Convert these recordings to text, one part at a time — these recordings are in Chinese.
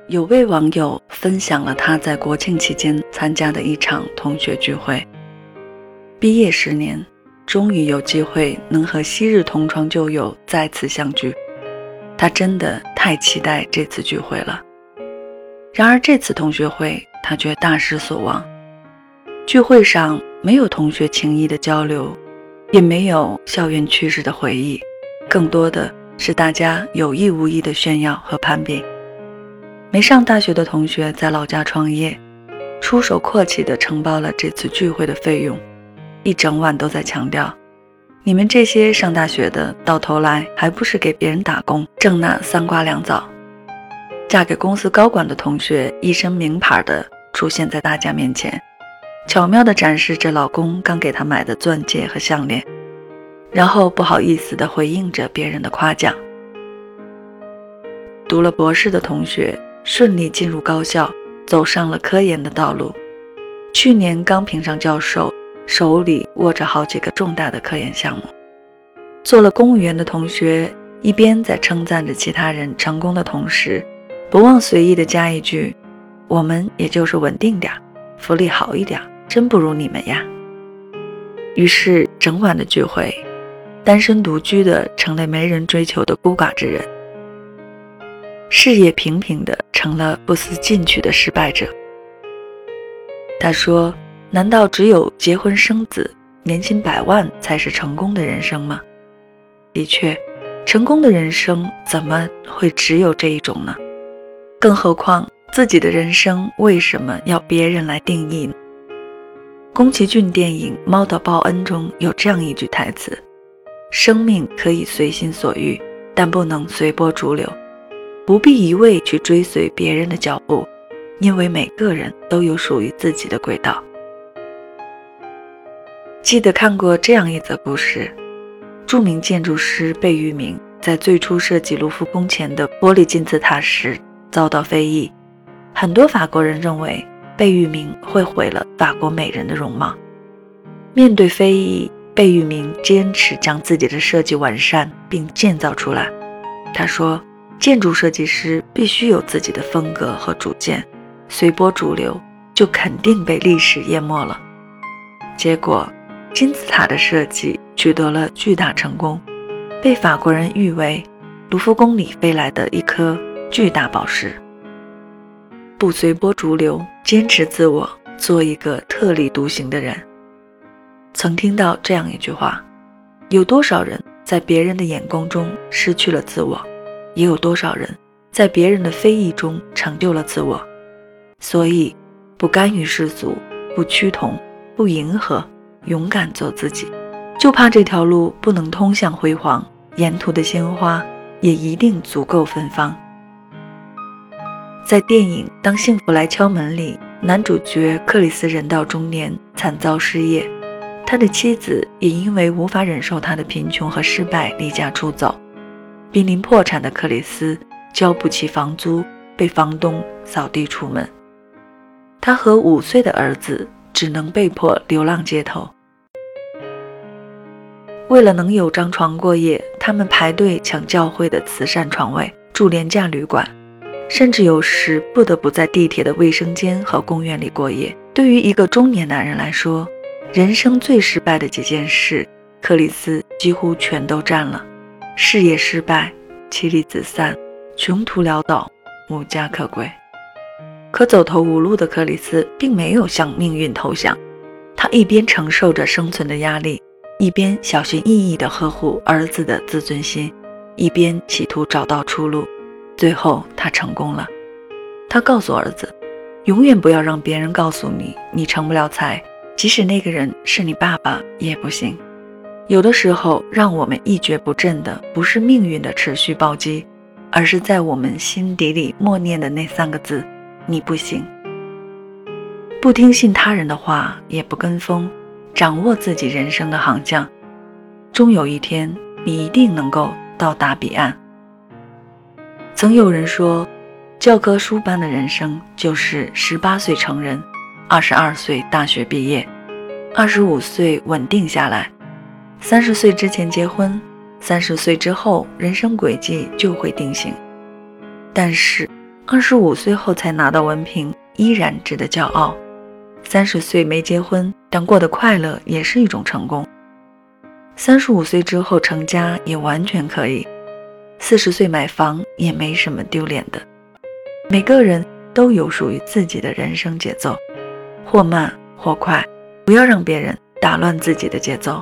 有位网友分享了他在国庆期间参加的一场同学聚会。毕业10年，终于有机会能和昔日同窗旧友再次相聚，他真的太期待这次聚会了。然而这次同学会，他却大失所望。聚会上没有同学情谊的交流，也没有校园趣事的回忆，更多的是大家有意无意的炫耀和攀比。没上大学的同学在老家创业，出手阔气地承包了这次聚会的费用，一整晚都在强调，你们这些上大学的到头来还不是给别人打工，挣那3瓜2枣。嫁给公司高管的同学一身名牌的出现在大家面前，巧妙地展示着老公刚给她买的钻戒和项链，然后不好意思地回应着别人的夸奖。读了博士的同学顺利进入高校，走上了科研的道路。去年刚评上教授，手里握着好几个重大的科研项目。做了公务员的同学一边在称赞着其他人成功的同时，不忘随意地加一句，我们也就是稳定点，福利好一点，真不如你们呀。于是整晚的聚会，单身独居的成了没人追求的孤寡之人，事业平平的成了不思进取的失败者。他说，难道只有结婚生子，年薪100万才是成功的人生吗？的确，成功的人生怎么会只有这一种呢？更何况自己的人生为什么要别人来定义呢？宫崎骏电影《猫的报恩》中有这样一句台词，生命可以随心所欲，但不能随波逐流，不必一味去追随别人的脚步，因为每个人都有属于自己的轨道。记得看过这样一则故事，著名建筑师贝聿铭在最初设计卢浮宫前的玻璃金字塔时遭到非议，很多法国人认为贝聿铭会毁了法国美人的容貌。面对非议，贝聿铭坚持将自己的设计完善并建造出来。他说，建筑设计师必须有自己的风格和主见，随波逐流就肯定被历史淹没了。结果金字塔的设计取得了巨大成功，被法国人誉为卢浮宫里飞来的一颗巨大宝石。不随波逐流，坚持自我，做一个特立独行的人。曾听到这样一句话，有多少人在别人的眼光中失去了自我，也有多少人在别人的非议中成就了自我。所以不甘于世俗，不趋同，不迎合，勇敢做自己，就怕这条路不能通向辉煌，沿途的鲜花也一定足够芬芳。在电影《当幸福来敲门》里，男主角克里斯人到中年，惨遭失业，他的妻子也因为无法忍受他的贫穷和失败离家出走。濒临破产的克里斯交不起房租，被房东扫地出门。他和5岁的儿子只能被迫流浪街头。为了能有张床过夜，他们排队抢教会的慈善床位，住廉价旅馆，甚至有时不得不在地铁的卫生间和公园里过夜。对于一个中年男人来说，人生最失败的几件事，克里斯几乎全都占了：事业失败，妻离子散，穷途潦倒，无家可归。可走投无路的克里斯并没有向命运投降，他一边承受着生存的压力，一边小心翼翼地呵护儿子的自尊心，一边企图找到出路。最后他成功了。他告诉儿子，永远不要让别人告诉你你成不了才，即使那个人是你爸爸也不行。有的时候让我们一蹶不振的不是命运的持续暴击，而是在我们心底里默念的那3个字，你不行。不听信他人的话，也不跟风，掌握自己人生的航向，终有一天你一定能够到达彼岸。曾有人说，教科书般的人生就是18岁成人，22岁大学毕业，25岁稳定下来，30岁之前结婚，30岁之后人生轨迹就会定型。但是 25岁后才拿到文凭依然值得骄傲，30岁没结婚但过得快乐也是一种成功，35岁之后成家也完全可以，40岁买房也没什么丢脸的。每个人都有属于自己的人生节奏，或慢或快，不要让别人打乱自己的节奏。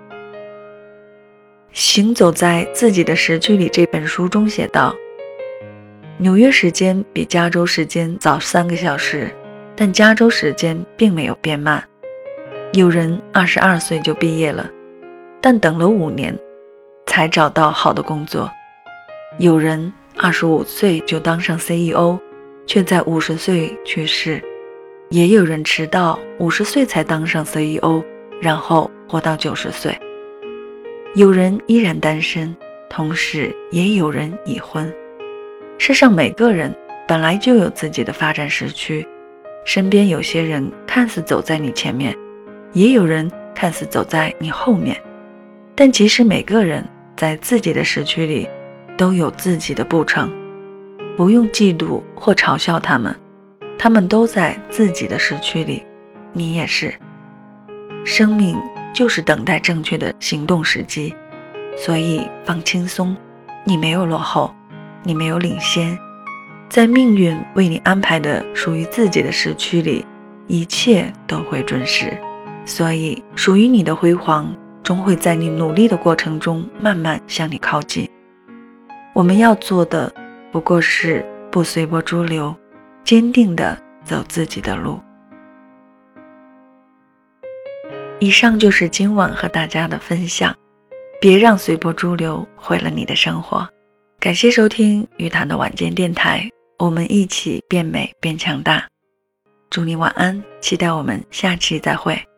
行走在自己的时区里这本书中写道，纽约时间比加州时间早3个小时，但加州时间并没有变慢。有人22岁就毕业了，但等了5年才找到好的工作。有人25岁就当上 CEO， 却在50岁去世。也有人迟到50岁才当上 CEO， 然后活到90岁。有人依然单身，同时也有人已婚。世上每个人本来就有自己的发展时区，身边有些人看似走在你前面，也有人看似走在你后面，但其实每个人在自己的时区里都有自己的步程，不用嫉妒或嘲笑他们，他们都在自己的时区里，你也是。生命就是等待正确的行动时机，所以放轻松，你没有落后，你没有领先，在命运为你安排的属于自己的时区里，一切都会准时，所以属于你的辉煌终会在你努力的过程中慢慢向你靠近。我们要做的不过是不随波逐流，坚定地走自己的路。以上就是今晚和大家的分享，别让随波逐流毁了你的生活。感谢收听于谈的晚间电台，我们一起变美变强大。祝你晚安，期待我们下期再会。